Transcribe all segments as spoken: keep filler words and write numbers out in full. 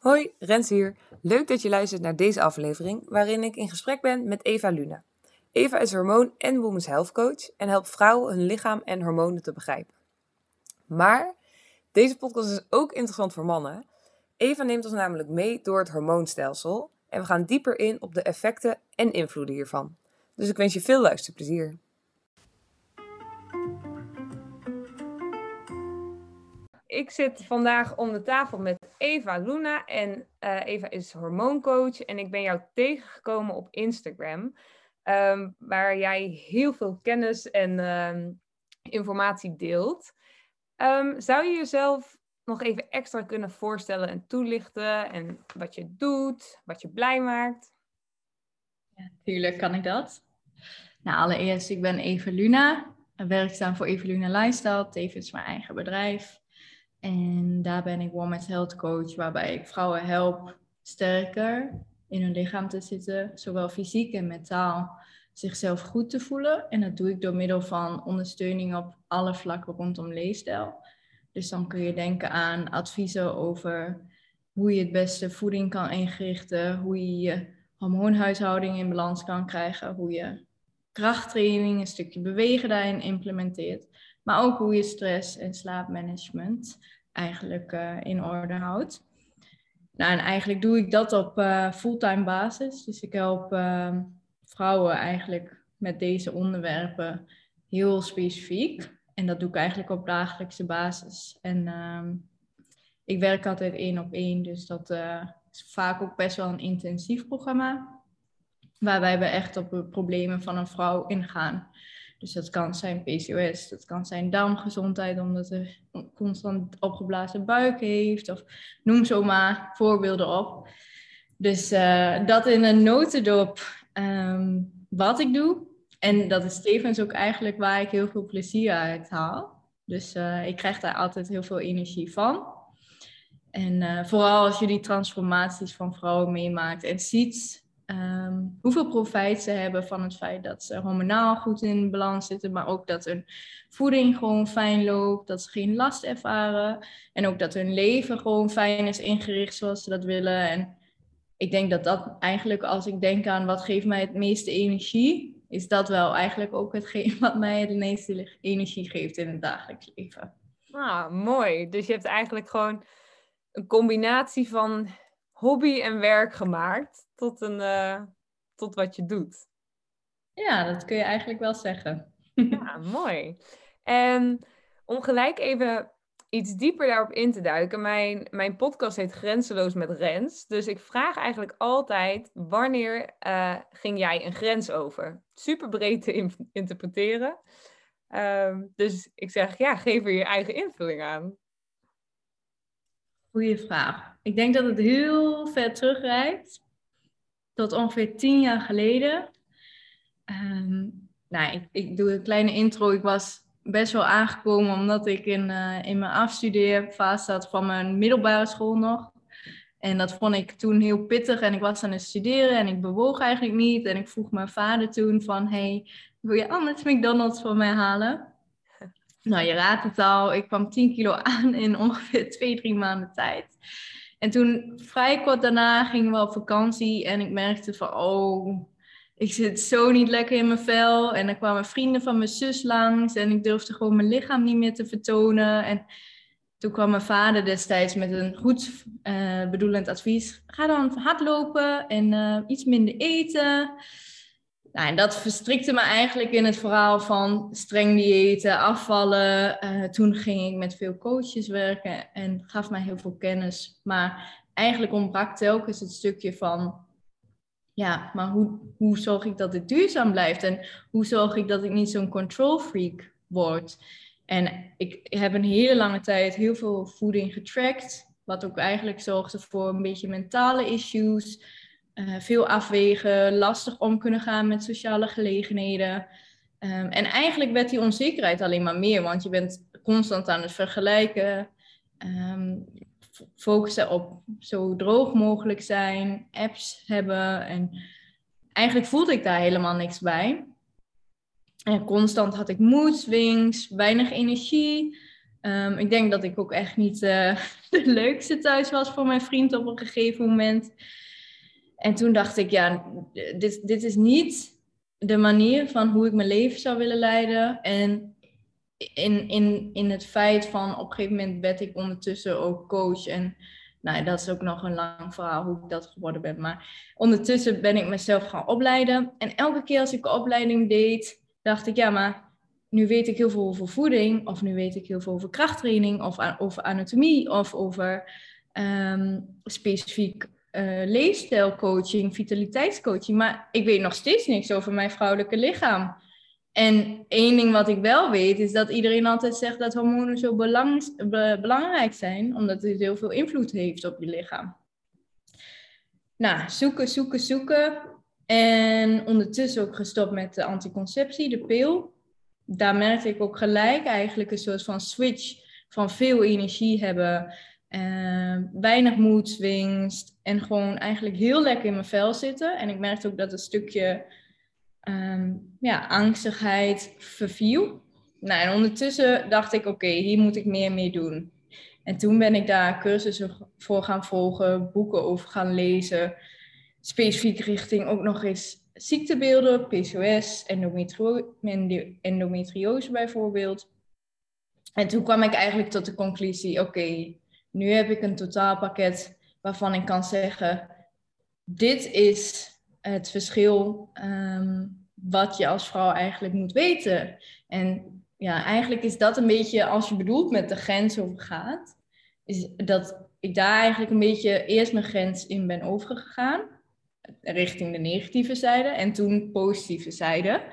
Hoi, Rens hier. Leuk dat je luistert naar deze aflevering waarin ik in gesprek ben met Eva Luna. Eva is hormoon- en women's health coach en helpt vrouwen hun lichaam en hormonen te begrijpen. Maar deze podcast is ook interessant voor mannen. Eva neemt ons namelijk mee door het hormoonstelsel en we gaan dieper in op de effecten en invloeden hiervan. Dus ik wens je veel luisterplezier. Ik zit vandaag om de tafel met Eva Luna en uh, Eva is hormooncoach en ik ben jou tegengekomen op Instagram, um, waar jij heel veel kennis en um, informatie deelt. Um, zou je jezelf nog even extra kunnen voorstellen en toelichten en wat je doet, wat je blij maakt? Ja, tuurlijk kan ik dat. Nou, allereerst, ik ben Eva Luna, werkzaam voor Eva Luna Lifestyle, tevens mijn eigen bedrijf. En daar ben ik women's health coach, waarbij ik vrouwen help sterker in hun lichaam te zitten, zowel fysiek en mentaal, zichzelf goed te voelen. En dat doe ik door middel van ondersteuning op alle vlakken rondom leefstijl. Dus dan kun je denken aan adviezen over hoe je het beste voeding kan inrichten, hoe je je hormoonhuishouding in balans kan krijgen, hoe je krachttraining, een stukje bewegen daarin implementeert, maar ook hoe je stress en slaapmanagement eigenlijk uh, in orde houdt. Nou, en eigenlijk doe ik dat op uh, fulltime basis. Dus ik help uh, vrouwen eigenlijk met deze onderwerpen heel specifiek. En dat doe ik eigenlijk op dagelijkse basis. En uh, ik werk altijd één op één, dus dat uh, is vaak ook best wel een intensief programma. Waarbij we echt op de problemen van een vrouw ingaan. Dus dat kan zijn P C O S, dat kan zijn darmgezondheid, omdat ze constant opgeblazen buik heeft. Of noem zomaar voorbeelden op. Dus uh, dat in een notendop um, wat ik doe. En dat is tevens ook eigenlijk waar ik heel veel plezier uit haal. Dus uh, ik krijg daar altijd heel veel energie van. En uh, vooral als je die transformaties van vrouwen meemaakt en ziet um, hoeveel profijt ze hebben van het feit dat ze hormonaal goed in balans zitten, maar ook dat hun voeding gewoon fijn loopt, dat ze geen last ervaren en ook dat hun leven gewoon fijn is ingericht zoals ze dat willen. En ik denk dat dat eigenlijk, als ik denk aan wat geeft mij het meeste energie, is dat wel eigenlijk ook hetgeen wat mij het meeste energie geeft in het dagelijks leven. Ah, mooi. Dus je hebt eigenlijk gewoon een combinatie van hobby en werk gemaakt tot, een, uh, tot wat je doet. Ja, dat kun je eigenlijk wel zeggen. Ja, mooi. En om gelijk even iets dieper daarop in te duiken. Mijn, mijn podcast heet Grenzeloos met Rens. Dus ik vraag eigenlijk altijd, wanneer uh, ging jij een grens over? Super breed te in- interpreteren. Um, dus ik zeg, ja, geef er je eigen invulling aan. Goeie vraag. Ik denk dat het heel ver terugreikt. Tot ongeveer tien jaar geleden. Um, nou, ik, ik doe een kleine intro. Ik was best wel aangekomen omdat ik in, uh, in mijn afstudeerfase zat van mijn middelbare school nog. En dat vond ik toen heel pittig en ik was aan het studeren en ik bewoog eigenlijk niet. En ik vroeg mijn vader toen van, hey, wil je anders McDonald's voor mij halen? Nou, je raadt het al, ik kwam tien kilo aan in ongeveer twee, drie maanden tijd. En toen, vrij kort daarna, gingen we op vakantie en ik merkte van, oh, ik zit zo niet lekker in mijn vel. En dan kwamen vrienden van mijn zus langs en ik durfde gewoon mijn lichaam niet meer te vertonen. En toen kwam mijn vader destijds met een goed uh, bedoelend advies. Ga dan hardlopen en uh, iets minder eten. Nou, en dat verstrikte me eigenlijk in het verhaal van streng diëten, afvallen. Uh, toen ging ik met veel coaches werken en gaf mij heel veel kennis. Maar eigenlijk ontbrak telkens het stukje van, ja, maar hoe, hoe zorg ik dat het duurzaam blijft? En hoe zorg ik dat ik niet zo'n control freak word? En ik heb een hele lange tijd heel veel voeding getrackt. Wat ook eigenlijk zorgde voor een beetje mentale issues. Uh, veel afwegen, lastig om kunnen gaan met sociale gelegenheden. Um, en eigenlijk werd die onzekerheid alleen maar meer. Want je bent constant aan het vergelijken. Um, focussen op zo droog mogelijk zijn. Apps hebben. En eigenlijk voelde ik daar helemaal niks bij. En constant had ik mood swings, weinig energie. Um, ik denk dat ik ook echt niet uh, de leukste thuis was voor mijn vriend op een gegeven moment. En toen dacht ik, ja, dit, dit is niet de manier van hoe ik mijn leven zou willen leiden. En in, in, in het feit van, op een gegeven moment werd ik ondertussen ook coach. En nou, dat is ook nog een lang verhaal hoe ik dat geworden ben. Maar ondertussen ben ik mezelf gaan opleiden. En elke keer als ik een opleiding deed, dacht ik, ja, maar nu weet ik heel veel over voeding. Of nu weet ik heel veel over krachttraining. Of a- over anatomie. Of over um, specifiek uh, leefstijlcoaching, vitaliteitscoaching. Maar ik weet nog steeds niks over mijn vrouwelijke lichaam. En één ding wat ik wel weet, is dat iedereen altijd zegt dat hormonen zo belang, be, belangrijk zijn, omdat het heel veel invloed heeft op je lichaam. Nou, zoeken, zoeken, zoeken. En ondertussen ook gestopt met de anticonceptie, de pil. Daar merkte ik ook gelijk eigenlijk een soort van switch van veel energie hebben, uh, weinig mood swings en gewoon eigenlijk heel lekker in mijn vel zitten. En ik merkte ook dat een stukje Um, ja, angstigheid verviel. Nou, en ondertussen dacht ik, oké, okay, hier moet ik meer mee doen. En toen ben ik daar cursussen voor gaan volgen, boeken over gaan lezen. Specifiek richting ook nog eens ziektebeelden, P C O S, endometrio- endometriose bijvoorbeeld. En toen kwam ik eigenlijk tot de conclusie, oké, okay, nu heb ik een totaalpakket waarvan ik kan zeggen, dit is het verschil um, wat je als vrouw eigenlijk moet weten. En ja, eigenlijk is dat een beetje, als je bedoelt met de grens over gaat, is dat ik daar eigenlijk een beetje eerst mijn grens in ben overgegaan, richting de negatieve zijde, en toen positieve zijde.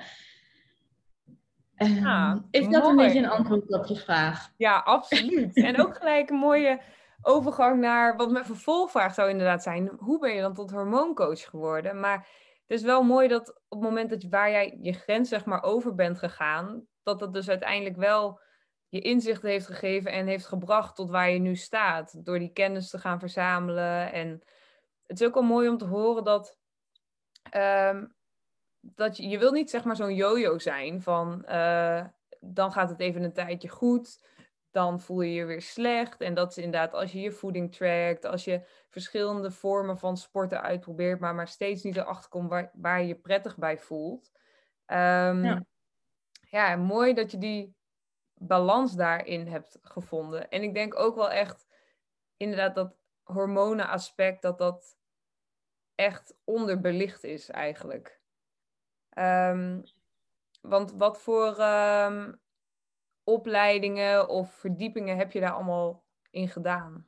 Um, Ah, is dat mooi. een beetje een antwoord op je vraag? Ja, absoluut. En ook gelijk een mooie overgang naar wat mijn vervolgvraag zou inderdaad zijn. Hoe ben je dan tot hormooncoach geworden? Maar het is wel mooi dat op het moment dat je, waar jij je grens zeg maar over bent gegaan, dat dat dus uiteindelijk wel je inzicht heeft gegeven en heeft gebracht tot waar je nu staat. Door die kennis te gaan verzamelen. En het is ook wel mooi om te horen dat, um, dat je, je wil niet zeg maar zo'n yo-yo zijn van uh, dan gaat het even een tijdje goed. Dan voel je je weer slecht. En dat is inderdaad als je je voeding trackt, als je verschillende vormen van sporten uitprobeert, maar maar steeds niet erachter komt waar, waar je je prettig bij voelt. Um, ja. ja, mooi dat je die balans daarin hebt gevonden. En ik denk ook wel echt, inderdaad, dat hormonenaspect, dat dat echt onderbelicht is eigenlijk. Um, want wat voor um, opleidingen of verdiepingen heb je daar allemaal in gedaan?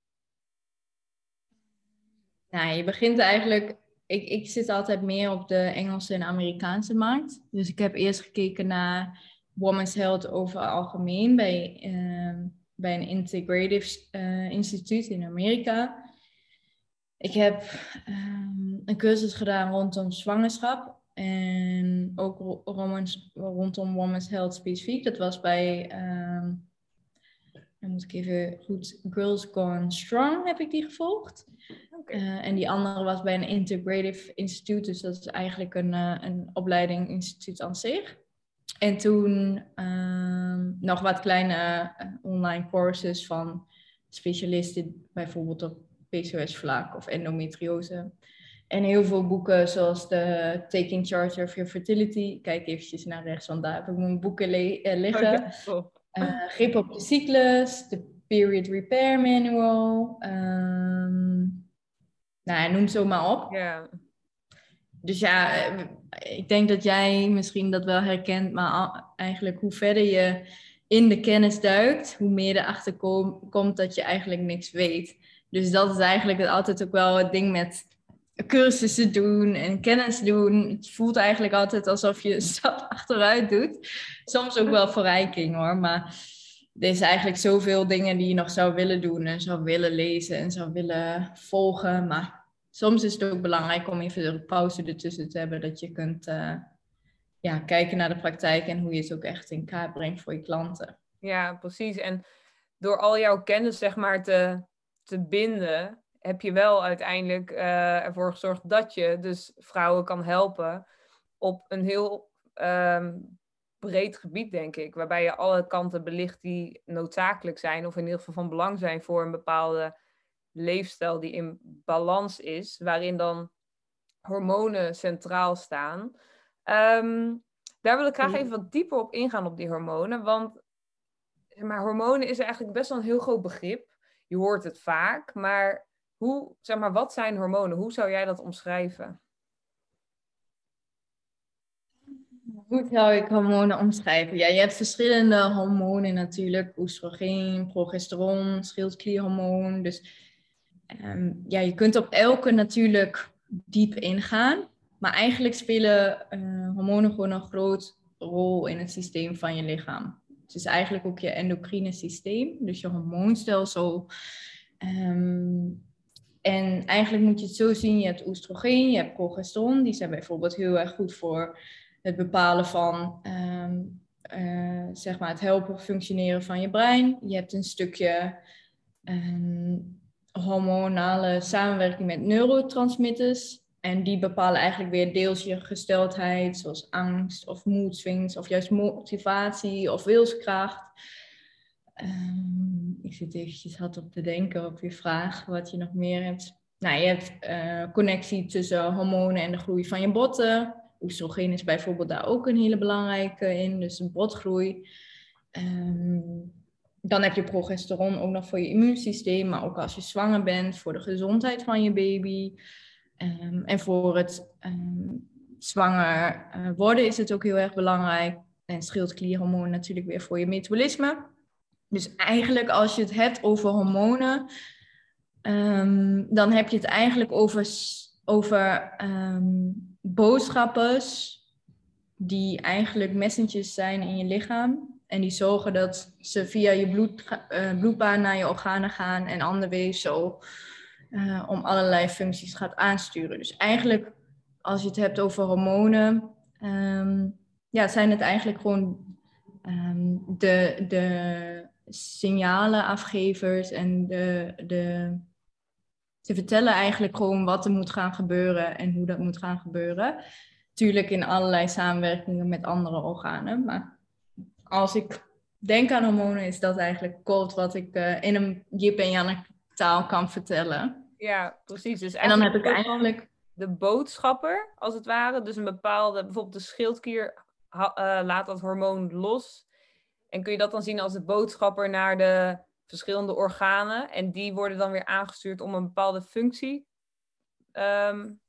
Nou, je begint eigenlijk... Ik, ik zit altijd meer op de Engelse en Amerikaanse markt. Dus ik heb eerst gekeken naar Women's Health over het algemeen bij, uh, bij een integrative uh, instituut in Amerika. Ik heb um, een cursus gedaan rondom zwangerschap en ook romans, rondom Women's Health specifiek. Dat was bij... Um, dan moet ik even goed... Girls Gone Strong heb ik die gevolgd. Okay. Uh, en die andere was bij een Integrative Instituut. Dus dat is eigenlijk een, uh, een opleiding instituut aan zich. En toen um, nog wat kleine uh, online courses van specialisten. Bijvoorbeeld op P C O S-vlak of endometriose. En heel veel boeken zoals de Taking Charge of Your Fertility. Kijk eventjes naar rechts, want daar heb ik mijn boeken le- uh, liggen. Oh, ja. Cool. Uh, grip op de cyclus, de Period Repair Manual. Um, nou, noem zo maar op. Yeah. Dus ja, ik denk dat jij misschien dat wel herkent, maar eigenlijk hoe verder je in de kennis duikt, hoe meer erachter kom, komt dat je eigenlijk niks weet. Dus dat is eigenlijk altijd ook wel het ding met cursussen doen en kennis doen. Het voelt eigenlijk altijd alsof je een stap achteruit doet. Soms ook wel verrijking hoor, maar er is eigenlijk zoveel dingen die je nog zou willen doen en zou willen lezen en zou willen volgen, maar soms is het ook belangrijk om even een pauze ertussen te hebben, dat je kunt uh, ja, kijken naar de praktijk en hoe je het ook echt in kaart brengt voor je klanten. Ja, precies. En door al jouw kennis zeg maar te, te binden, heb je wel uiteindelijk uh, ervoor gezorgd dat je dus vrouwen kan helpen op een heel um, breed gebied, denk ik. Waarbij je alle kanten belicht die noodzakelijk zijn. Of in ieder geval van belang zijn voor een bepaalde leefstijl die in balans is. Waarin dan hormonen centraal staan. Um, daar wil ik graag even wat dieper op ingaan op die hormonen. Want maar, hormonen is eigenlijk best wel een heel groot begrip. Je hoort het vaak. Maar, hoe, zeg maar wat zijn hormonen? Hoe zou jij dat omschrijven? Hoe zou ik hormonen omschrijven? Ja, je hebt verschillende hormonen natuurlijk. Oestrogeen, progesteron, schildklierhormoon. Dus um, ja, je kunt op elke natuurlijk diep ingaan. Maar eigenlijk spelen uh, hormonen gewoon een groot rol in het systeem van je lichaam. Het is eigenlijk ook je endocrine systeem, dus je hormoonstelsel. Um, en eigenlijk moet je het zo zien, je hebt oestrogeen, je hebt progesteron. Die zijn bijvoorbeeld heel erg goed voor het bepalen van, um, uh, zeg maar, het helpen functioneren van je brein. Je hebt een stukje um, hormonale samenwerking met neurotransmitters. En die bepalen eigenlijk weer deels je gesteldheid, zoals angst of mood swings, of juist motivatie of wilskracht. Um, ik zit eventjes hard op te denken op je vraag, wat je nog meer hebt. Nou, je hebt uh, connectie tussen hormonen en de groei van je botten. Oestrogeen is bijvoorbeeld daar ook een hele belangrijke in, dus de botgroei. Um, dan heb je progesteron ook nog voor je immuunsysteem, maar ook als je zwanger bent, voor de gezondheid van je baby. Um, en voor het um, zwanger uh, worden is het ook heel erg belangrijk. En schildklierhormoon natuurlijk weer voor je metabolisme. Dus eigenlijk als je het hebt over hormonen, um, dan heb je het eigenlijk over, over um, boodschappers die eigenlijk messengers zijn in je lichaam. En die zorgen dat ze via je bloed, uh, bloedbaan naar je organen gaan en ander weefsel uh, om allerlei functies gaat aansturen. Dus eigenlijk als je het hebt over hormonen, um, ja, zijn het eigenlijk gewoon um, de... de signalenafgevers en de, de, ze vertellen eigenlijk gewoon wat er moet gaan gebeuren en hoe dat moet gaan gebeuren. Tuurlijk in allerlei samenwerkingen met andere organen, maar als ik denk aan hormonen is dat eigenlijk kort wat ik uh, in een Jip en Janneke taal kan vertellen. Ja, precies. Dus en dan heb ik eigenlijk de boodschapper, als het ware, dus een bepaalde, bijvoorbeeld de schildklier uh, laat dat hormoon los. En kun je dat dan zien als de boodschapper naar de verschillende organen. En die worden dan weer aangestuurd om een bepaalde functie um,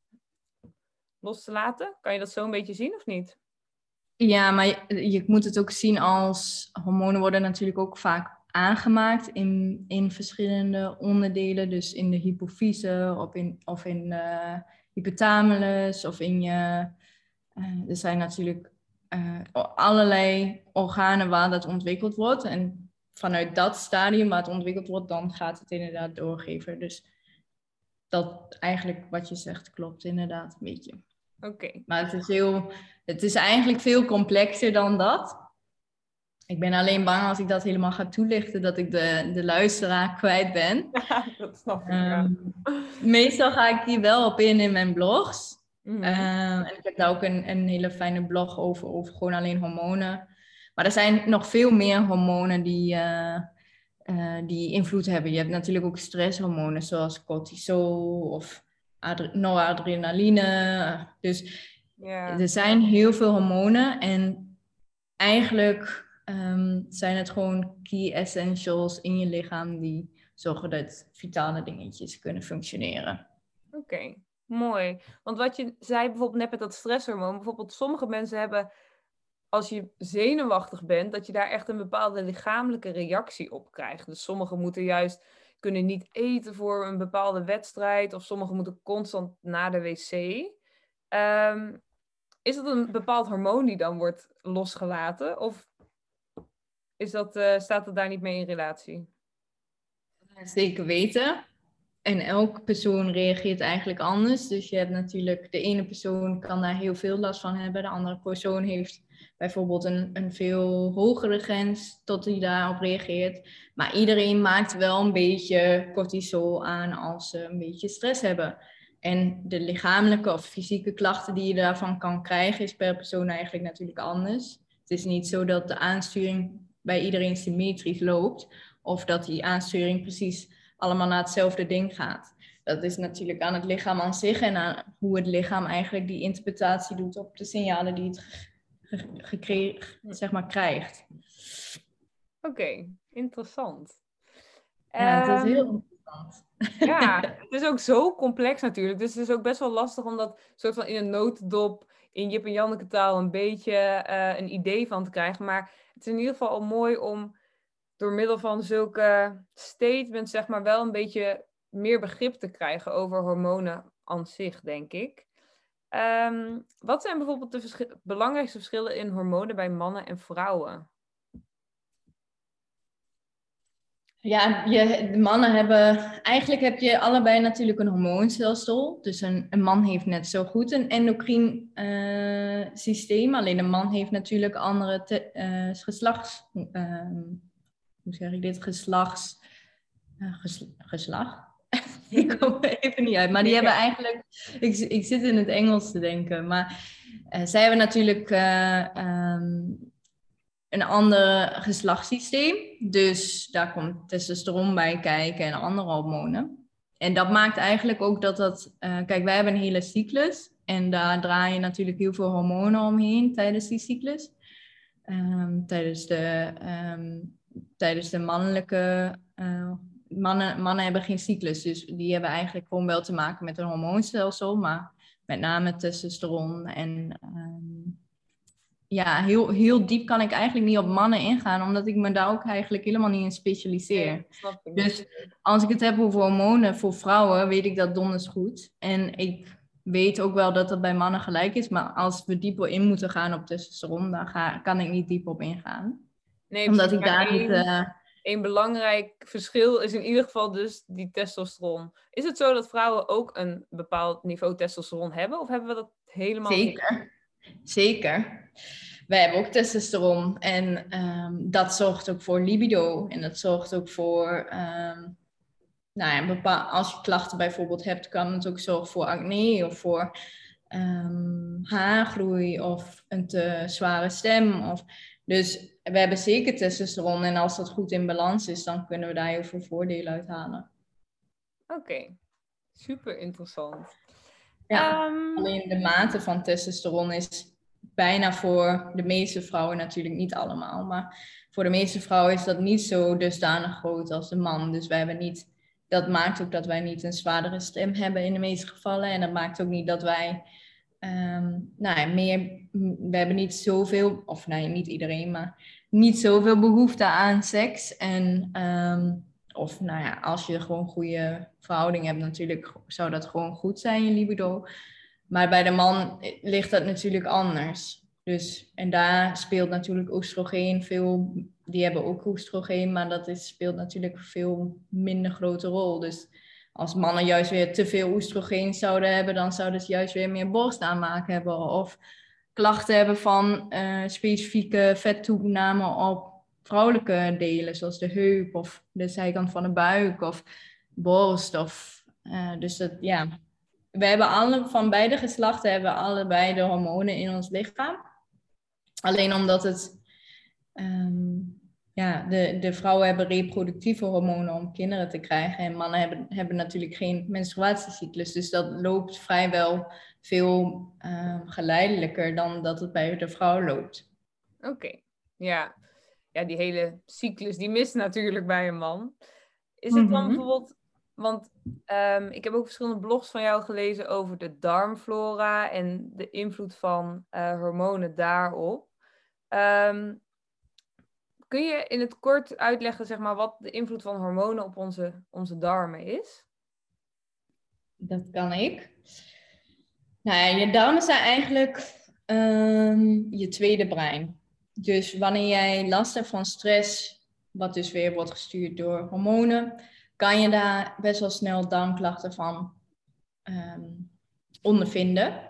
los te laten. Kan je dat zo een beetje zien of niet? Ja, maar je, je moet het ook zien als hormonen worden natuurlijk ook vaak aangemaakt in, in verschillende onderdelen. Dus in de hypofyse of in, of in de hypothalamus of in je... Uh, er zijn natuurlijk... Uh, allerlei organen waar dat ontwikkeld wordt. En vanuit dat stadium waar het ontwikkeld wordt, dan gaat het inderdaad doorgeven. Dus dat eigenlijk wat je zegt klopt inderdaad een beetje. Oké. Okay. Maar het is, heel, het is eigenlijk veel complexer dan dat. Ik ben alleen bang als ik dat helemaal ga toelichten, dat ik de, de luisteraar kwijt ben. Ja, dat snap ik, um, ja. Meestal ga ik hier wel op in in mijn blogs. Mm-hmm. Uh, en ik heb daar ook een, een hele fijne blog over, over gewoon alleen hormonen. Maar er zijn nog veel meer hormonen die, uh, uh, die invloed hebben. Je hebt natuurlijk ook stresshormonen zoals cortisol of adre- noradrenaline. Dus yeah. er zijn heel veel hormonen. En eigenlijk um, zijn het gewoon key essentials in je lichaam die zorgen dat vitale dingetjes kunnen functioneren. Oké. Okay. Mooi. Want wat je zei bijvoorbeeld net met dat stresshormoon. Bijvoorbeeld sommige mensen hebben, als je zenuwachtig bent, dat je daar echt een bepaalde lichamelijke reactie op krijgt. Dus sommigen moeten juist, kunnen niet eten voor een bepaalde wedstrijd. Of sommigen moeten constant naar de wc. Um, is dat een bepaald hormoon die dan wordt losgelaten? Of is dat, uh, staat dat daar niet mee in relatie? Zeker weten. En elke persoon reageert eigenlijk anders. Dus je hebt natuurlijk, de ene persoon kan daar heel veel last van hebben. De andere persoon heeft bijvoorbeeld een, een veel hogere grens tot die daarop reageert. Maar iedereen maakt wel een beetje cortisol aan als ze een beetje stress hebben. En de lichamelijke of fysieke klachten die je daarvan kan krijgen is per persoon eigenlijk natuurlijk anders. Er Het is niet zo dat de aansturing bij iedereen symmetrisch loopt. Of dat die aansturing precies allemaal naar hetzelfde ding gaat. Dat is natuurlijk aan het lichaam aan zich en aan hoe het lichaam eigenlijk die interpretatie doet op de signalen die het ge- gecre- zeg maar, krijgt. Oké, okay, interessant. Ja, het is heel um, interessant. Ja, het is ook zo complex natuurlijk. Dus het is ook best wel lastig om dat soort van in een notendop, in Jip en Janneke taal, een beetje uh, een idee van te krijgen. Maar het is in ieder geval al mooi om door middel van zulke statements, zeg maar, wel een beetje meer begrip te krijgen over hormonen aan zich, denk ik. Um, wat zijn bijvoorbeeld de verschi- belangrijkste verschillen in hormonen bij mannen en vrouwen? Ja, je, de mannen hebben... Eigenlijk heb je allebei natuurlijk een hormoonstelsel. Dus een, een man heeft net zo goed een endocrine uh, systeem. Alleen een man heeft natuurlijk andere te, uh, geslachts... Uh, hoe zeg ik dit? Geslachts... Uh, ges, geslacht? Ik kom er even niet uit. Maar die hebben eigenlijk... Ik, ik zit in het Engels te denken. Maar uh, zij hebben natuurlijk... Uh, um, een ander geslachtssysteem. Dus daar komt testosteron bij kijken en andere hormonen. En dat maakt eigenlijk ook dat dat... Uh, kijk, wij hebben een hele cyclus. En daar draaien natuurlijk heel veel hormonen omheen tijdens die cyclus. Um, tijdens, de, um, tijdens de mannelijke... Uh, mannen, mannen hebben geen cyclus. Dus die hebben eigenlijk gewoon wel te maken met een hormoonstelsel. Maar met name testosteron en... Um, Ja, heel, heel diep kan ik eigenlijk niet op mannen ingaan, omdat ik me daar ook eigenlijk helemaal niet in specialiseer. Nee, snap ik. Dus als ik het heb over hormonen voor vrouwen, weet ik dat donders goed. En ik weet ook wel dat dat bij mannen gelijk is, maar als we dieper in moeten gaan op testosteron, dan ga, kan ik niet diep op ingaan. Nee, omdat precies, ik daar één, niet... Uh... Een belangrijk verschil is in ieder geval dus die testosteron. Is het zo dat vrouwen ook een bepaald niveau testosteron hebben, of hebben we dat helemaal niet? Zeker, zeker. Wij hebben ook testosteron en um, dat zorgt ook voor libido. En dat zorgt ook voor, um, nou ja, bepaal, als je klachten bijvoorbeeld hebt, kan het ook zorgen voor acne of voor um, haargroei of een te zware stem. Of, dus we hebben zeker testosteron en als dat goed in balans is, dan kunnen we daar heel veel voordelen uit halen. Oké, okay. Super interessant. Ja, um... alleen de mate van testosteron is bijna voor de meeste vrouwen, natuurlijk niet allemaal, maar voor de meeste vrouwen is dat niet zo dusdanig groot als de man. Dus wij hebben niet, dat maakt ook dat wij niet een zwaardere stem hebben in de meeste gevallen. En dat maakt ook niet dat wij, um, nou ja, meer, we hebben niet zoveel, of nee, niet iedereen, maar niet zoveel behoefte aan seks. En, um, of nou ja, als je gewoon een goede verhouding hebt, natuurlijk zou dat gewoon goed zijn, je libido. Maar bij de man ligt dat natuurlijk anders. Dus, en daar speelt natuurlijk oestrogeen veel. Die hebben ook oestrogeen, maar dat is, speelt natuurlijk een veel minder grote rol. Dus als mannen juist weer te veel oestrogeen zouden hebben, dan zouden ze juist weer meer borstaanmaak hebben. Of klachten hebben van uh, specifieke vettoename op vrouwelijke delen, zoals de heup of de zijkant van de buik of borst. Of, uh, dus dat, ja... We hebben alle, van beide geslachten hebben allebei de hormonen in ons lichaam. Alleen omdat het... Um, ja, de, de vrouwen hebben reproductieve hormonen om kinderen te krijgen. En mannen hebben, hebben natuurlijk geen menstruatiecyclus. Dus dat loopt vrijwel veel uh, geleidelijker dan dat het bij de vrouw loopt. Oké, okay. ja. Ja, die hele cyclus, die mist natuurlijk bij een man. Is het dan mm-hmm. bijvoorbeeld... Want um, ik heb ook verschillende blogs van jou gelezen over de darmflora en de invloed van uh, hormonen daarop. Um, kun je in het kort uitleggen, zeg maar, wat de invloed van hormonen op onze, onze darmen is? Dat kan ik. Nou ja, je darmen zijn eigenlijk um, je tweede brein. Dus wanneer jij last hebt van stress, wat dus weer wordt gestuurd door hormonen, kan je daar best wel snel darmklachten van um, ondervinden.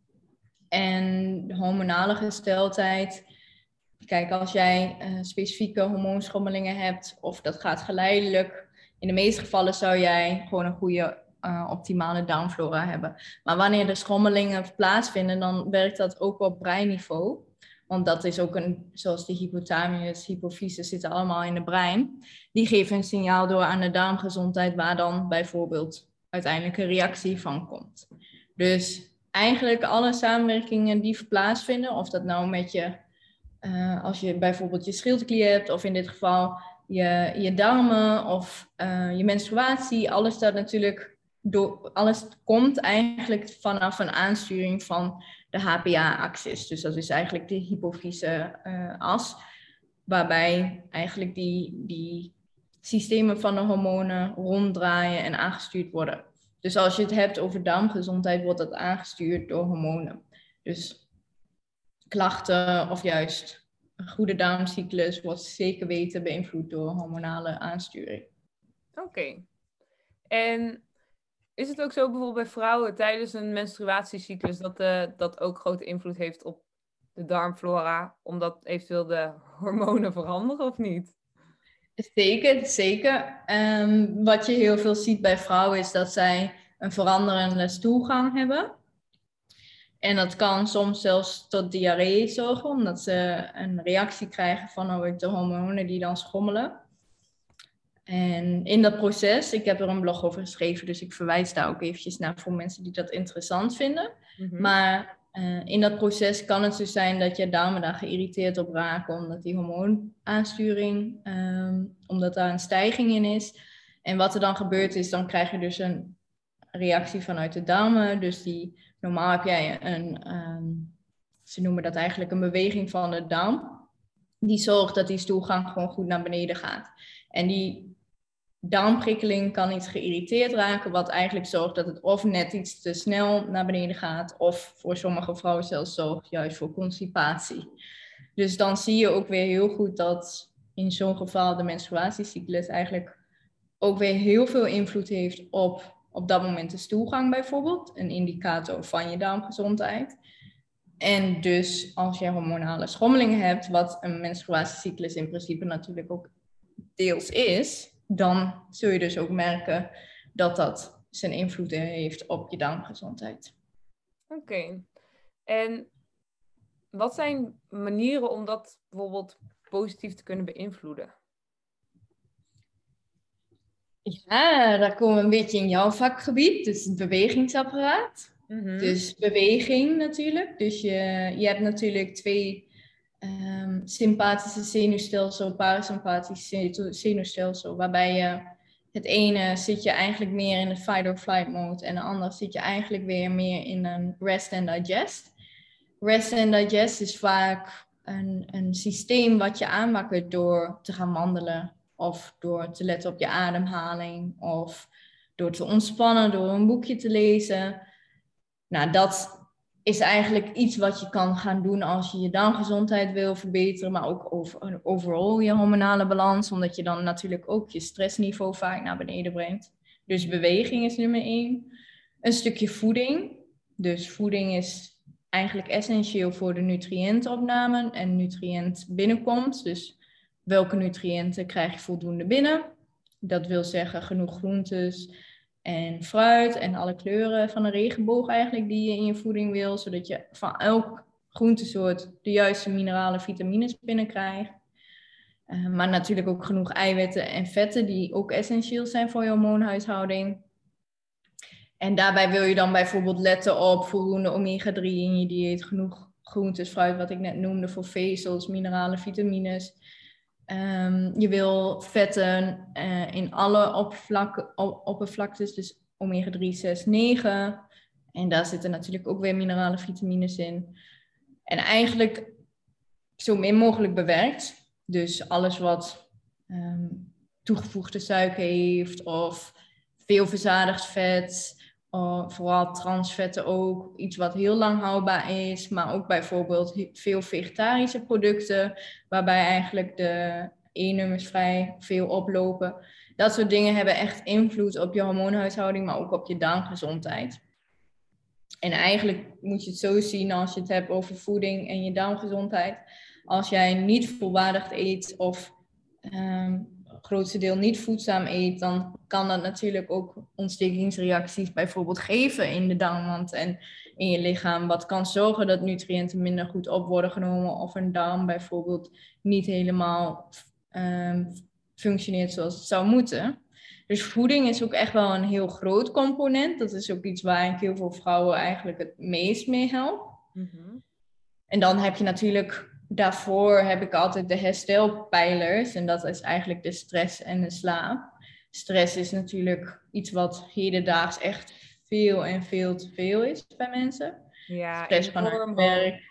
En de hormonale gesteldheid, kijk, als jij uh, specifieke hormoonschommelingen hebt, of dat gaat geleidelijk, in de meeste gevallen zou jij gewoon een goede uh, optimale darmflora hebben. Maar wanneer de schommelingen plaatsvinden, dan werkt dat ook op breinniveau. Want dat is ook een, zoals de hypothalamus, hypofyse zitten allemaal in het brein. Die geven een signaal door aan de darmgezondheid waar dan bijvoorbeeld uiteindelijk een reactie van komt. Dus eigenlijk alle samenwerkingen die plaatsvinden, of dat nou met je, uh, als je bijvoorbeeld je schildklier hebt, of in dit geval je, je darmen of uh, je menstruatie, alles dat natuurlijk door, alles komt eigenlijk vanaf een aansturing van de H P A-axis. Dus dat is eigenlijk de hypofyse uh, as, waarbij eigenlijk die, die systemen van de hormonen ronddraaien en aangestuurd worden. Dus als je het hebt over darmgezondheid, wordt dat aangestuurd door hormonen. Dus klachten of juist een goede darmcyclus wordt zeker weten beïnvloed door hormonale aansturing. Oké. Okay. En is het ook zo bijvoorbeeld bij vrouwen tijdens een menstruatiecyclus dat uh, dat ook grote invloed heeft op de darmflora, omdat eventueel de hormonen veranderen of niet? Zeker, zeker. Um, wat je heel veel ziet bij vrouwen is dat zij een veranderende stoelgang hebben. En dat kan soms zelfs tot diarree zorgen, omdat ze een reactie krijgen van de hormonen die dan schommelen. En in dat proces, ik heb er een blog over geschreven, dus ik verwijs daar ook eventjes naar voor mensen die dat interessant vinden. Mm-hmm. Maar uh, in dat proces kan het dus zijn dat je darmen daar geïrriteerd op raken, omdat die hormoonaansturing, um, omdat daar een stijging in is. En wat er dan gebeurt is, dan krijg je dus een reactie vanuit de darmen. Dus die, normaal heb jij een, um, ze noemen dat eigenlijk een beweging van de darm. Die zorgt dat die stoelgang gewoon goed naar beneden gaat. En die darmprikkeling kan iets geïrriteerd raken, wat eigenlijk zorgt dat het of net iets te snel naar beneden gaat, of voor sommige vrouwen zelfs zorgt juist voor constipatie. Dus dan zie je ook weer heel goed dat in zo'n geval de menstruatiecyclus eigenlijk ook weer heel veel invloed heeft op op dat moment de stoelgang bijvoorbeeld, een indicator van je darmgezondheid. En dus als je hormonale schommelingen hebt, wat een menstruatiecyclus in principe natuurlijk ook deels is, dan zul je dus ook merken dat dat zijn invloed heeft op je darmgezondheid. Oké. Okay. En wat zijn manieren om dat bijvoorbeeld positief te kunnen beïnvloeden? Ja, daar komen we een beetje in jouw vakgebied, dus het bewegingsapparaat. Mm-hmm. Dus beweging natuurlijk. Dus je, je hebt natuurlijk twee um, sympathische zenuwstelsel, parasympathische zenuwstelsel, waarbij je het ene zit je eigenlijk meer in de fight or flight mode en de andere zit je eigenlijk weer meer in een rest and digest. Rest and digest is vaak een, een systeem wat je aanwakkert door te gaan wandelen, of door te letten op je ademhaling, of door te ontspannen, door een boekje te lezen. Nou, dat is eigenlijk iets wat je kan gaan doen als je je darmgezondheid wil verbeteren, maar ook over, overal je hormonale balans, omdat je dan natuurlijk ook je stressniveau vaak naar beneden brengt. Dus beweging is nummer één. Een stukje voeding. Dus voeding is eigenlijk essentieel voor de nutriëntopname en nutriënt binnenkomt. Dus welke nutriënten krijg je voldoende binnen? Dat wil zeggen genoeg groentes en fruit en alle kleuren van de regenboog eigenlijk die je in je voeding wil, zodat je van elk groentesoort de juiste mineralen, vitamines binnenkrijgt. Uh, maar natuurlijk ook genoeg eiwitten en vetten die ook essentieel zijn voor je hormoonhuishouding. En daarbij wil je dan bijvoorbeeld letten op voldoende omega drie in je dieet, genoeg groentes, fruit, wat ik net noemde, voor vezels, mineralen, vitamines. Um, je wil vetten uh, in alle oppervlak, oppervlaktes, dus omega drie, zes, negen. En daar zitten natuurlijk ook weer mineralen, vitamines in. En eigenlijk zo min mogelijk bewerkt. Dus alles wat um, toegevoegde suiker heeft of veel verzadigd vet, of vooral transvetten ook, iets wat heel lang houdbaar is, maar ook bijvoorbeeld veel vegetarische producten, waarbij eigenlijk de E-nummers vrij veel oplopen. Dat soort dingen hebben echt invloed op je hormoonhuishouding, maar ook op je darmgezondheid. En eigenlijk moet je het zo zien als je het hebt over voeding en je darmgezondheid. Als jij niet volwaardig eet of um, grootste deel niet voedzaam eet, dan kan dat natuurlijk ook ontstekingsreacties bijvoorbeeld geven in de darmwand en in je lichaam. Wat kan zorgen dat nutriënten minder goed op worden genomen of een darm bijvoorbeeld niet helemaal um, functioneert zoals het zou moeten. Dus voeding is ook echt wel een heel groot component. Dat is ook iets waar ik heel veel vrouwen eigenlijk het meest mee help. Mm-hmm. En dan heb je natuurlijk, daarvoor heb ik altijd de herstelpijlers. En dat is eigenlijk de stress en de slaap. Stress is natuurlijk iets wat hedendaags echt veel en veel te veel is bij mensen. Ja, stress vanuit werk.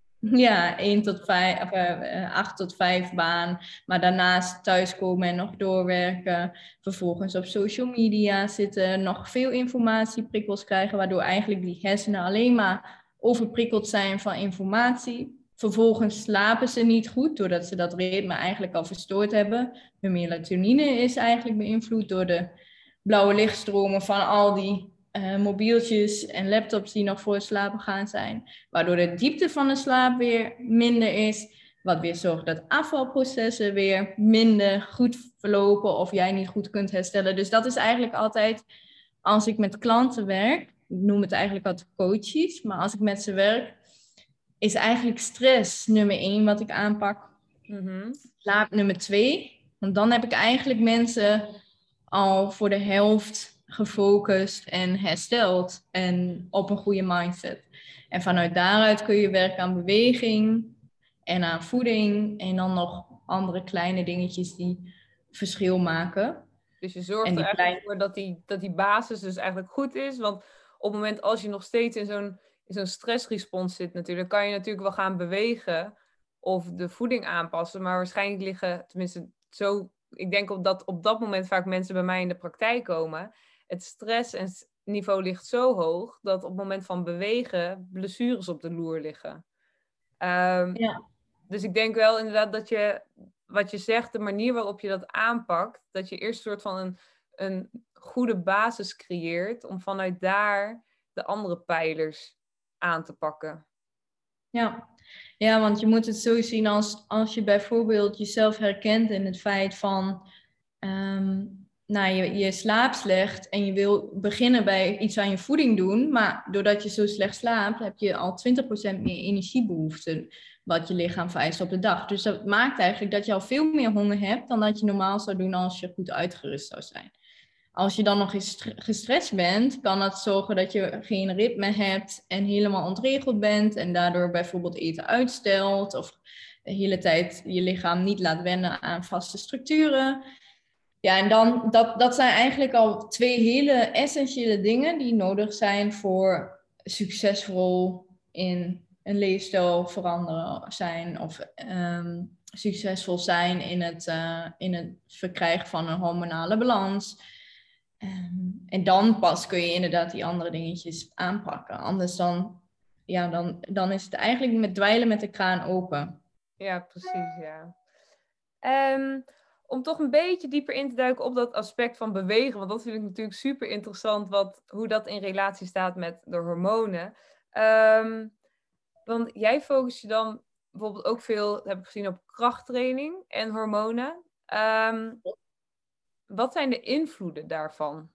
Ja, één tot vijf, of, uh, acht tot vijf baan. Maar daarnaast thuiskomen en nog doorwerken. Vervolgens op social media zitten. Nog veel informatieprikkels krijgen. Waardoor eigenlijk die hersenen alleen maar overprikkeld zijn van informatie. Vervolgens slapen ze niet goed. Doordat ze dat ritme eigenlijk al verstoord hebben. Hun melatonine is eigenlijk beïnvloed door de blauwe lichtstromen van al die Uh, mobieltjes en laptops die nog voor het slapen gaan zijn. Waardoor de diepte van de slaap weer minder is. Wat weer zorgt dat afvalprocessen weer minder goed verlopen. Of jij niet goed kunt herstellen. Dus dat is eigenlijk altijd, als ik met klanten werk. Ik noem het eigenlijk wat coaches. Maar als ik met ze werk, is eigenlijk stress nummer één wat ik aanpak. Mm-hmm. Slaap nummer twee. Want dan heb ik eigenlijk mensen al voor de helft gefocust en hersteld en op een goede mindset. En vanuit daaruit kun je werken aan beweging en aan voeding en dan nog andere kleine dingetjes die verschil maken. Dus je zorgt er eigenlijk kleine... voor dat die, dat die basis dus eigenlijk goed is, want op het moment als je nog steeds in zo'n, in zo'n stressrespons zit natuurlijk, kan je natuurlijk wel gaan bewegen of de voeding aanpassen, maar waarschijnlijk liggen, tenminste zo, ik denk op dat op dat moment vaak mensen bij mij in de praktijk komen, het stressniveau ligt zo hoog dat op het moment van bewegen blessures op de loer liggen. Um, ja. Dus ik denk wel inderdaad dat je, wat je zegt, de manier waarop je dat aanpakt, dat je eerst een soort van een, een goede basis creëert om vanuit daar de andere pijlers aan te pakken. Ja, ja, want je moet het zo zien als, als je bijvoorbeeld jezelf herkent in het feit van... Um, nou, je, je slaapt slecht en je wil beginnen bij iets aan je voeding doen. Maar doordat je zo slecht slaapt, heb je al twintig procent meer energiebehoeften wat je lichaam vereist op de dag. Dus dat maakt eigenlijk dat je al veel meer honger hebt dan dat je normaal zou doen als je goed uitgerust zou zijn. Als je dan nog gestrest bent, kan dat zorgen dat je geen ritme hebt en helemaal ontregeld bent. En daardoor bijvoorbeeld eten uitstelt of de hele tijd je lichaam niet laat wennen aan vaste structuren. Ja, en dan, dat, dat zijn eigenlijk al twee hele essentiële dingen die nodig zijn voor succesvol in een leefstijl veranderen zijn of um, succesvol zijn in het, uh, in het verkrijgen van een hormonale balans. Um, en dan pas kun je inderdaad die andere dingetjes aanpakken. Anders dan, ja, dan, dan is het eigenlijk met dweilen met de kraan open. Ja, precies, ja. Um... Om toch een beetje dieper in te duiken op dat aspect van bewegen. Want dat vind ik natuurlijk super interessant. Wat, hoe dat in relatie staat met de hormonen. Um, want jij focust je dan bijvoorbeeld ook veel, heb ik gezien, op krachttraining en hormonen. Um, wat zijn de invloeden daarvan?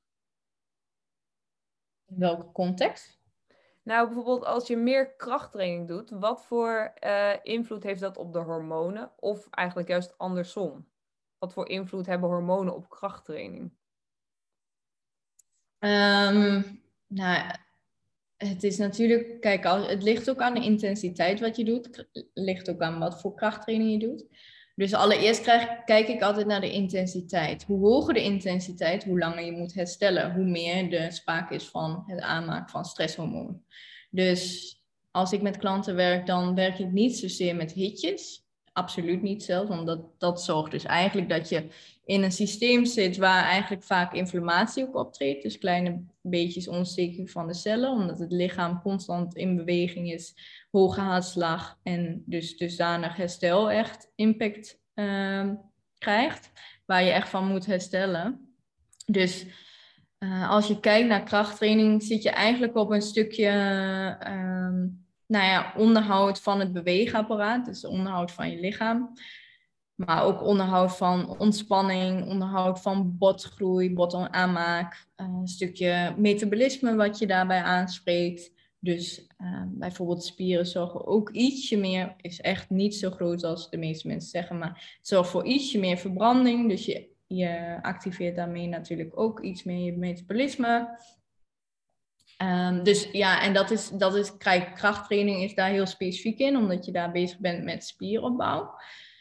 In welke context? Nou, bijvoorbeeld als je meer krachttraining doet. Wat voor uh, invloed heeft dat op de hormonen? Of eigenlijk juist andersom? Wat voor invloed hebben hormonen op krachttraining? Um, nou, het is natuurlijk... Kijk, het ligt ook aan de intensiteit wat je doet. Het ligt ook aan wat voor krachttraining je doet. Dus allereerst krijg, kijk ik altijd naar de intensiteit. Hoe hoger de intensiteit, hoe langer je moet herstellen. Hoe meer er sprake is van het aanmaken van stresshormoon. Dus als ik met klanten werk, dan werk ik niet zozeer met hitjes. Absoluut niet zelfs, want dat, dat zorgt dus eigenlijk dat je in een systeem zit waar eigenlijk vaak inflammatie ook optreedt. Dus kleine beetjes ontsteking van de cellen, omdat het lichaam constant in beweging is, hoge hartslag en dus dusdanig herstel echt impact uh, krijgt, waar je echt van moet herstellen. Dus uh, als je kijkt naar krachttraining, zit je eigenlijk op een stukje... Uh, Nou ja, onderhoud van het beweegapparaat, dus onderhoud van je lichaam. Maar ook onderhoud van ontspanning, onderhoud van botgroei, botaanmaak, uh, een stukje metabolisme wat je daarbij aanspreekt. Dus uh, bijvoorbeeld spieren zorgen ook ietsje meer, is echt niet zo groot als de meeste mensen zeggen, maar het zorgt voor ietsje meer verbranding. Dus je, je activeert daarmee natuurlijk ook iets meer je metabolisme. Um, dus ja, en dat is, dat is, kijk, krachttraining is daar heel specifiek in, omdat je daar bezig bent met spieropbouw.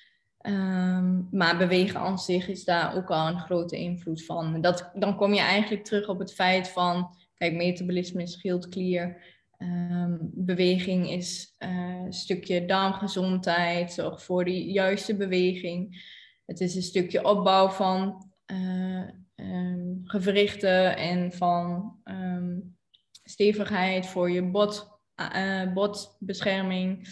Um, maar bewegen aan zich is daar ook al een grote invloed van. Dat, dan kom je eigenlijk terug op het feit van, kijk, metabolisme is schildklier. Um, beweging is uh, een stukje darmgezondheid, zorg voor de juiste beweging. Het is een stukje opbouw van uh, um, gewrichten en van um, stevigheid voor je bot, uh, botbescherming.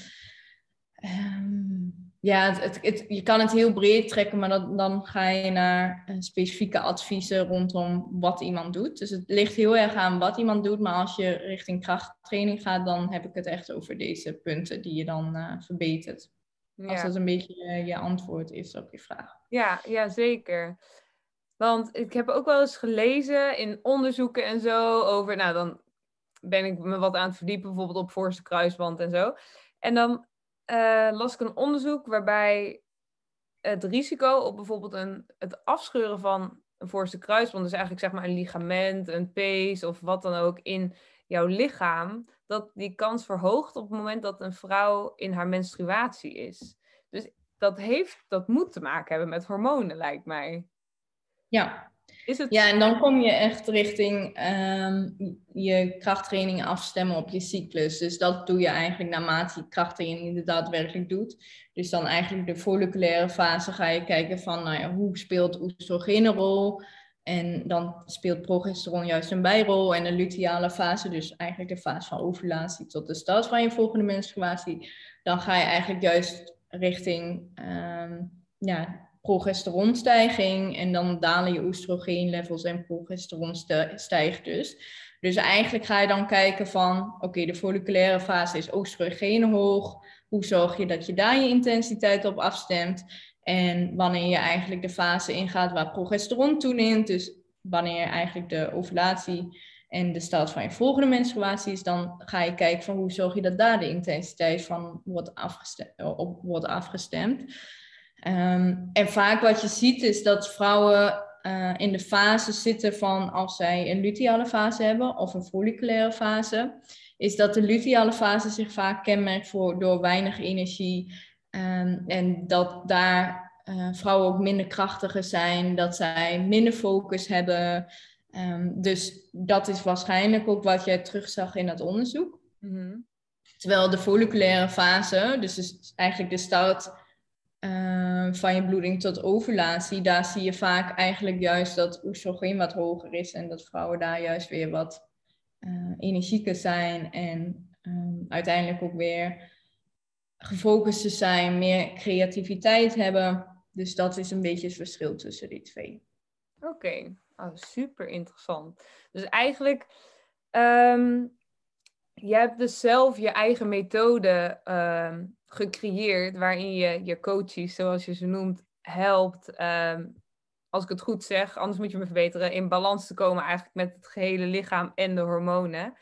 Um, Ja, het, het, het, je kan het heel breed trekken, maar dat, dan ga je naar uh, specifieke adviezen rondom wat iemand doet. Dus het ligt heel erg aan wat iemand doet, maar als je richting krachttraining gaat, dan heb ik het echt over deze punten die je dan uh, verbetert. Ja. Als dat een beetje uh, je antwoord is op je vraag. Ja, ja, zeker. Want ik heb ook wel eens gelezen in onderzoeken en zo over, nou dan ben ik me wat aan het verdiepen, bijvoorbeeld op voorste kruisband en zo. En dan Uh, las ik een onderzoek waarbij het risico op bijvoorbeeld een, het afscheuren van een voorste kruisband, dus eigenlijk zeg maar een ligament, een pees of wat dan ook in jouw lichaam, dat die kans verhoogt op het moment dat een vrouw in haar menstruatie is. Dus dat heeft, dat moet te maken hebben met hormonen, lijkt mij. Ja. Is het... Ja, en dan kom je echt richting um, je krachttraining afstemmen op je cyclus. Dus dat doe je eigenlijk naarmate je krachttraining het daadwerkelijk doet. Dus dan eigenlijk de folliculaire fase ga je kijken van, nou ja, hoe speelt oestrogeen een rol? En dan speelt progesteron juist een bijrol. En de luteale fase, dus eigenlijk de fase van ovulatie tot de start van je volgende menstruatie. Dan ga je eigenlijk juist richting... Um, ja, progesteronstijging en dan dalen je oestrogeenlevels en progesteron stijgt dus. Dus eigenlijk ga je dan kijken van, oké, okay, de folliculaire fase is oestrogeen hoog. Hoe zorg je dat je daar je intensiteit op afstemt? En wanneer je eigenlijk de fase ingaat waar progesteron toeneemt, dus wanneer eigenlijk de ovulatie en de start van je volgende menstruatie is, dan ga je kijken van hoe zorg je dat daar de intensiteit van wordt afgestemd. Op wordt afgestemd. Um, en vaak wat je ziet is dat vrouwen uh, in de fase zitten van als zij een luteale fase hebben of een folliculaire fase, is dat de luteale fase zich vaak kenmerkt voor, door weinig energie um, en dat daar uh, vrouwen ook minder krachtiger zijn, dat zij minder focus hebben. Um, dus dat is waarschijnlijk ook wat jij terugzag in dat onderzoek. Mm-hmm. Terwijl de folliculaire fase, dus is eigenlijk de start Uh, van je bloeding tot ovulatie, daar zie je vaak eigenlijk juist dat oestrogeen wat hoger is en dat vrouwen daar juist weer wat uh, energieker zijn en um, uiteindelijk ook weer gefocust zijn, meer creativiteit hebben. Dus dat is een beetje het verschil tussen die twee. Oké, okay. Oh, super interessant. Dus eigenlijk, um, je hebt dus zelf je eigen methode um, gecreëerd waarin je je coaches, zoals je ze noemt, helpt, um, als ik het goed zeg, anders moet je me verbeteren, in balans te komen eigenlijk met het gehele lichaam en de hormonen.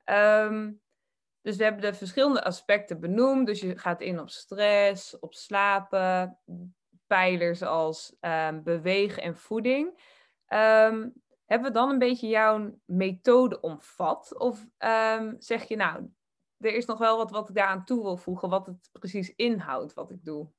Um, dus we hebben de verschillende aspecten benoemd. Dus je gaat in op stress, op slapen, pijlers als um, bewegen en voeding. Um, hebben we dan een beetje jouw methode omvat? Of um, zeg je nou, er is nog wel wat wat ik daaraan toe wil voegen, wat het precies inhoudt wat ik doe?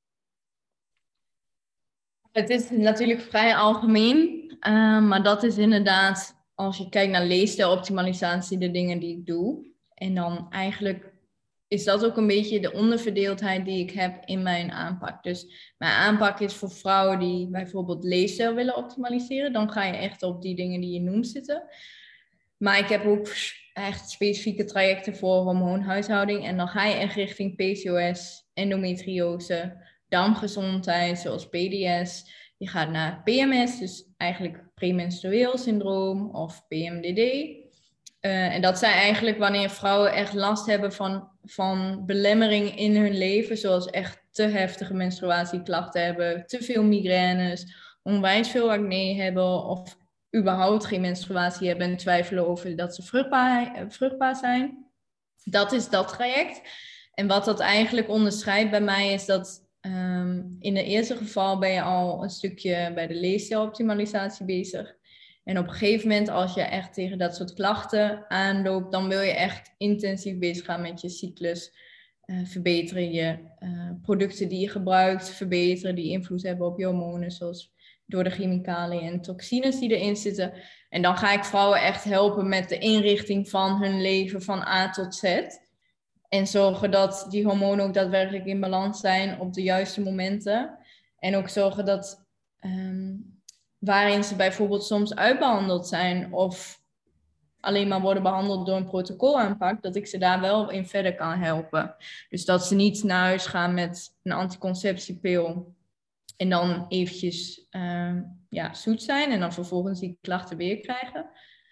Het is natuurlijk vrij algemeen, uh, maar dat is inderdaad, als je kijkt naar leefstijloptimalisatie, de dingen die ik doe. En dan eigenlijk is dat ook een beetje de onderverdeeldheid die ik heb in mijn aanpak. Dus mijn aanpak is voor vrouwen die bijvoorbeeld leefstijl willen optimaliseren. Dan ga je echt op die dingen die je noemt zitten. Maar ik heb ook echt specifieke trajecten voor hormoonhuishouding. En dan ga je echt richting P C O S, endometriose, darmgezondheid zoals P D S. Je gaat naar P M S, dus eigenlijk premenstrueel syndroom of P M D D. Uh, en dat zijn eigenlijk wanneer vrouwen echt last hebben van, van belemmering in hun leven, zoals echt te heftige menstruatieklachten hebben, te veel migraines, onwijs veel acne hebben of überhaupt geen menstruatie hebben en twijfelen over dat ze vruchtbaar, vruchtbaar zijn. Dat is dat traject. En wat dat eigenlijk onderscheidt bij mij is dat um, in het eerste geval ben je al een stukje bij de leefstijloptimalisatie bezig. En op een gegeven moment, als je echt tegen dat soort klachten aanloopt, dan wil je echt intensief bezig gaan met je cyclus. Uh, verbeteren je uh, producten die je gebruikt, verbeteren die invloed hebben op je hormonen, zoals door de chemicaliën en toxines die erin zitten. En dan ga ik vrouwen echt helpen met de inrichting van hun leven van A tot Z. En zorgen dat die hormonen ook daadwerkelijk in balans zijn op de juiste momenten. En ook zorgen dat um, waarin ze bijvoorbeeld soms uitbehandeld zijn of alleen maar worden behandeld door een protocolaanpak, dat ik ze daar wel in verder kan helpen. Dus dat ze niet naar huis gaan met een anticonceptiepil en dan eventjes uh, ja, zoet zijn en dan vervolgens die klachten weer krijgen.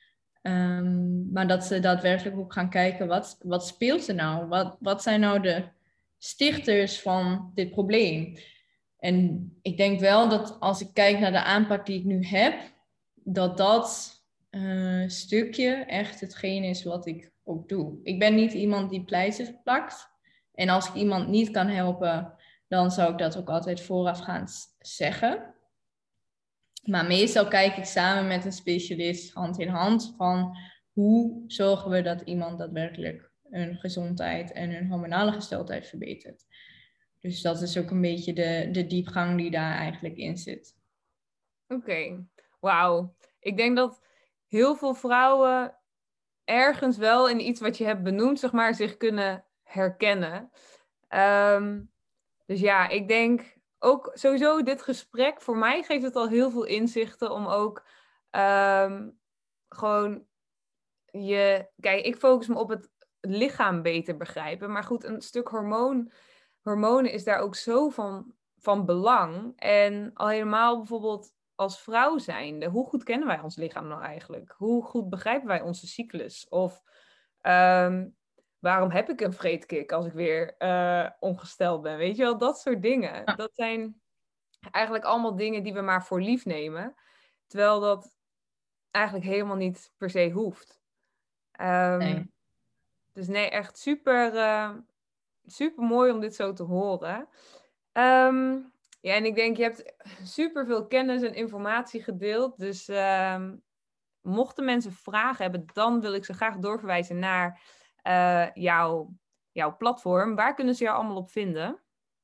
Um, maar dat ze daadwerkelijk ook gaan kijken, wat, wat speelt er nou? Wat, wat zijn nou de stichters van dit probleem? En ik denk wel dat als ik kijk naar de aanpak die ik nu heb, dat dat uh, stukje echt hetgeen is wat ik ook doe. Ik ben niet iemand die pleisters plakt. En als ik iemand niet kan helpen, dan zou ik dat ook altijd voorafgaand zeggen. Maar meestal kijk ik samen met een specialist hand in hand van hoe zorgen we dat iemand daadwerkelijk hun gezondheid en hun hormonale gesteldheid verbetert. Dus dat is ook een beetje de, de diepgang die daar eigenlijk in zit. Oké, okay. Wauw. Ik denk dat heel veel vrouwen ergens wel in iets wat je hebt benoemd, zeg maar, zich kunnen herkennen. Um, dus ja, ik denk ook sowieso dit gesprek, voor mij geeft het al heel veel inzichten om ook um, gewoon je... Kijk, ik focus me op het lichaam beter begrijpen. Maar goed, een stuk hormoon, hormonen is daar ook zo van, van belang. En al helemaal bijvoorbeeld als vrouw zijnde, hoe goed kennen wij ons lichaam nou eigenlijk? Hoe goed begrijpen wij onze cyclus? Of um, waarom heb ik een vreedkick als ik weer uh, ongesteld ben? Weet je wel, dat soort dingen. Ja. Dat zijn eigenlijk allemaal dingen die we maar voor lief nemen. Terwijl dat eigenlijk helemaal niet per se hoeft. Um, nee. Dus nee, echt super, uh, super mooi om dit zo te horen. Um, ja, en ik denk, je hebt super veel kennis en informatie gedeeld. Dus um, mochten mensen vragen hebben, dan wil ik ze graag doorverwijzen naar uh, jouw, jouw platform. Waar kunnen ze jou allemaal op vinden?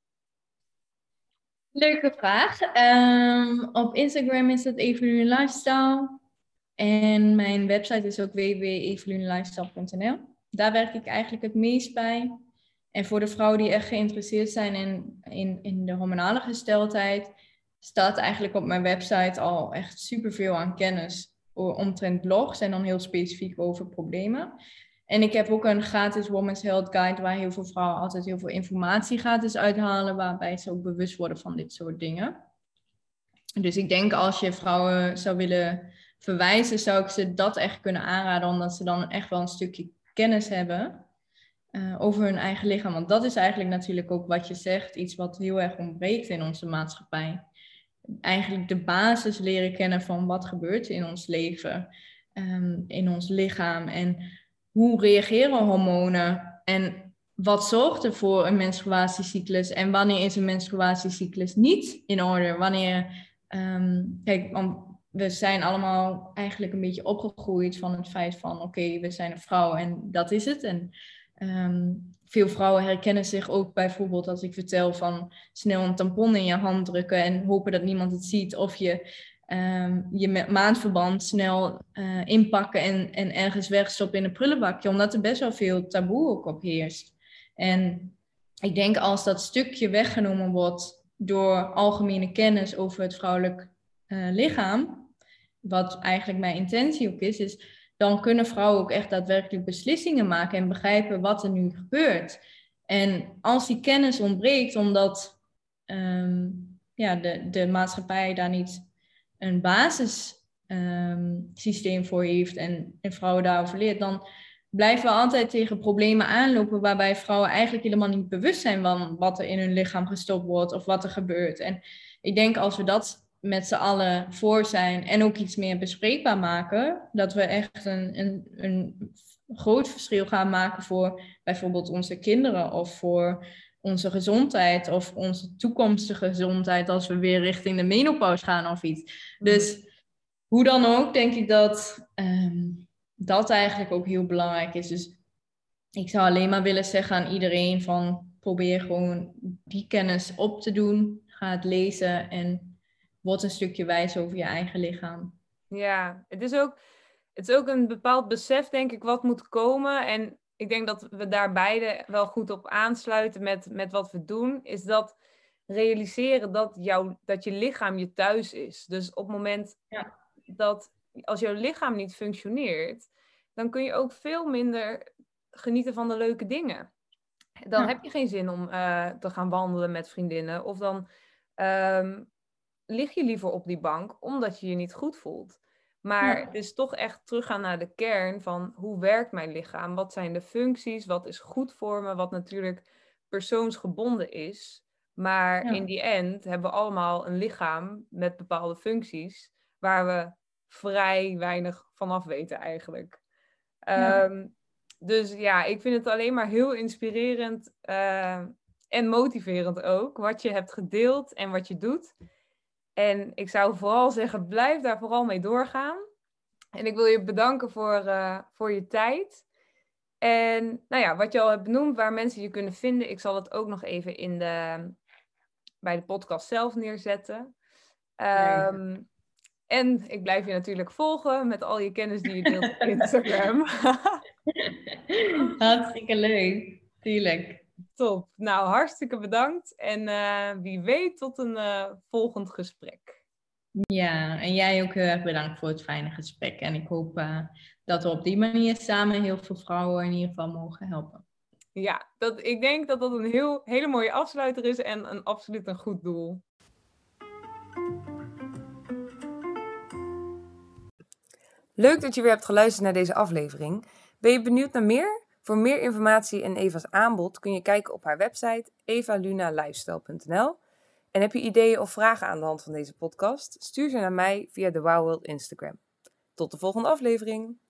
Leuke vraag. Um, op Instagram is het Evelune Lifestyle. En mijn website is ook w w w punt evelune lifestyle punt n l. Daar werk ik eigenlijk het meest bij. En voor de vrouwen die echt geïnteresseerd zijn in, in, in de hormonale gesteldheid, staat eigenlijk op mijn website al echt superveel aan kennis omtrent blogs en dan heel specifiek over problemen. En ik heb ook een gratis Women's Health Guide waar heel veel vrouwen altijd heel veel informatie gratis uithalen, waarbij ze ook bewust worden van dit soort dingen. Dus ik denk als je vrouwen zou willen verwijzen, zou ik ze dat echt kunnen aanraden, omdat ze dan echt wel een stukje kennis hebben uh, over hun eigen lichaam. Want dat is eigenlijk natuurlijk ook wat je zegt, iets wat heel erg ontbreekt in onze maatschappij. Eigenlijk de basis leren kennen van wat gebeurt in ons leven, um, in ons lichaam en hoe reageren hormonen en wat zorgt er voor een menstruatiecyclus en wanneer is een menstruatiecyclus niet in orde, wanneer, um, kijk, want we zijn allemaal eigenlijk een beetje opgegroeid van het feit van oké, okay, we zijn een vrouw en dat is het. En um, veel vrouwen herkennen zich ook bijvoorbeeld als ik vertel van snel een tampon in je hand drukken en hopen dat niemand het ziet. Of je um, je maandverband snel uh, inpakken en, en ergens wegstoppen in een prullenbakje. Omdat er best wel veel taboe ook op heerst. En ik denk als dat stukje weggenomen wordt door algemene kennis over het vrouwelijk uh, lichaam, wat eigenlijk mijn intentie ook is, is dan kunnen vrouwen ook echt daadwerkelijk beslissingen maken en begrijpen wat er nu gebeurt. En als die kennis ontbreekt, omdat um, ja, de, de maatschappij daar niet een basissysteem um, voor heeft en, en vrouwen daarover leert, dan blijven we altijd tegen problemen aanlopen waarbij vrouwen eigenlijk helemaal niet bewust zijn van wat er in hun lichaam gestopt wordt of wat er gebeurt. En ik denk als we dat met z'n allen voor zijn en ook iets meer bespreekbaar maken, dat we echt een, een, een groot verschil gaan maken voor bijvoorbeeld onze kinderen of voor onze gezondheid of onze toekomstige gezondheid als we weer richting de menopauze gaan of iets. Dus hoe dan ook, denk ik dat um, dat eigenlijk ook heel belangrijk is. Dus ik zou alleen maar willen zeggen aan iedereen van probeer gewoon die kennis op te doen. Ga het lezen en word een stukje wijs over je eigen lichaam. Ja, het is ook, het is ook een bepaald besef, denk ik, wat moet komen. En ik denk dat we daar beide wel goed op aansluiten met, met wat we doen. Is dat realiseren dat, jouw, dat je lichaam je thuis is. Dus op het moment ja. dat als jouw lichaam niet functioneert, dan kun je ook veel minder genieten van de leuke dingen. Dan Ja. heb je geen zin om uh, te gaan wandelen met vriendinnen. Of dan um, lig je liever op die bank omdat je je niet goed voelt. Maar Ja. het is toch echt teruggaan naar de kern van hoe werkt mijn lichaam? Wat zijn de functies? Wat is goed voor me? Wat natuurlijk persoonsgebonden is. Maar Ja. in die end hebben we allemaal een lichaam met bepaalde functies waar we vrij weinig vanaf weten eigenlijk. Ja. Um, dus ja, ik vind het alleen maar heel inspirerend uh, en motiverend ook wat je hebt gedeeld en wat je doet. En ik zou vooral zeggen, blijf daar vooral mee doorgaan. En ik wil je bedanken voor, uh, voor je tijd. En nou ja, wat je al hebt benoemd, waar mensen je kunnen vinden, ik zal het ook nog even in de, bij de podcast zelf neerzetten. Um, en ik blijf je natuurlijk volgen met al je kennis die je deelt op Instagram. Hartstikke leuk, tuurlijk. Top. Nou, hartstikke bedankt. En uh, wie weet tot een uh, volgend gesprek. Ja, en jij ook heel erg bedankt voor het fijne gesprek. En ik hoop uh, dat we op die manier samen heel veel vrouwen in ieder geval mogen helpen. Ja, dat, ik denk dat dat een heel, hele mooie afsluiter is en een absoluut een goed doel. Leuk dat je weer hebt geluisterd naar deze aflevering. Ben je benieuwd naar meer? Voor meer informatie en Eva's aanbod kun je kijken op haar website eva luna lifestyle punt n l. En heb je ideeën of vragen aan de hand van deze podcast? Stuur ze naar mij via de Wow World Instagram. Tot de volgende aflevering!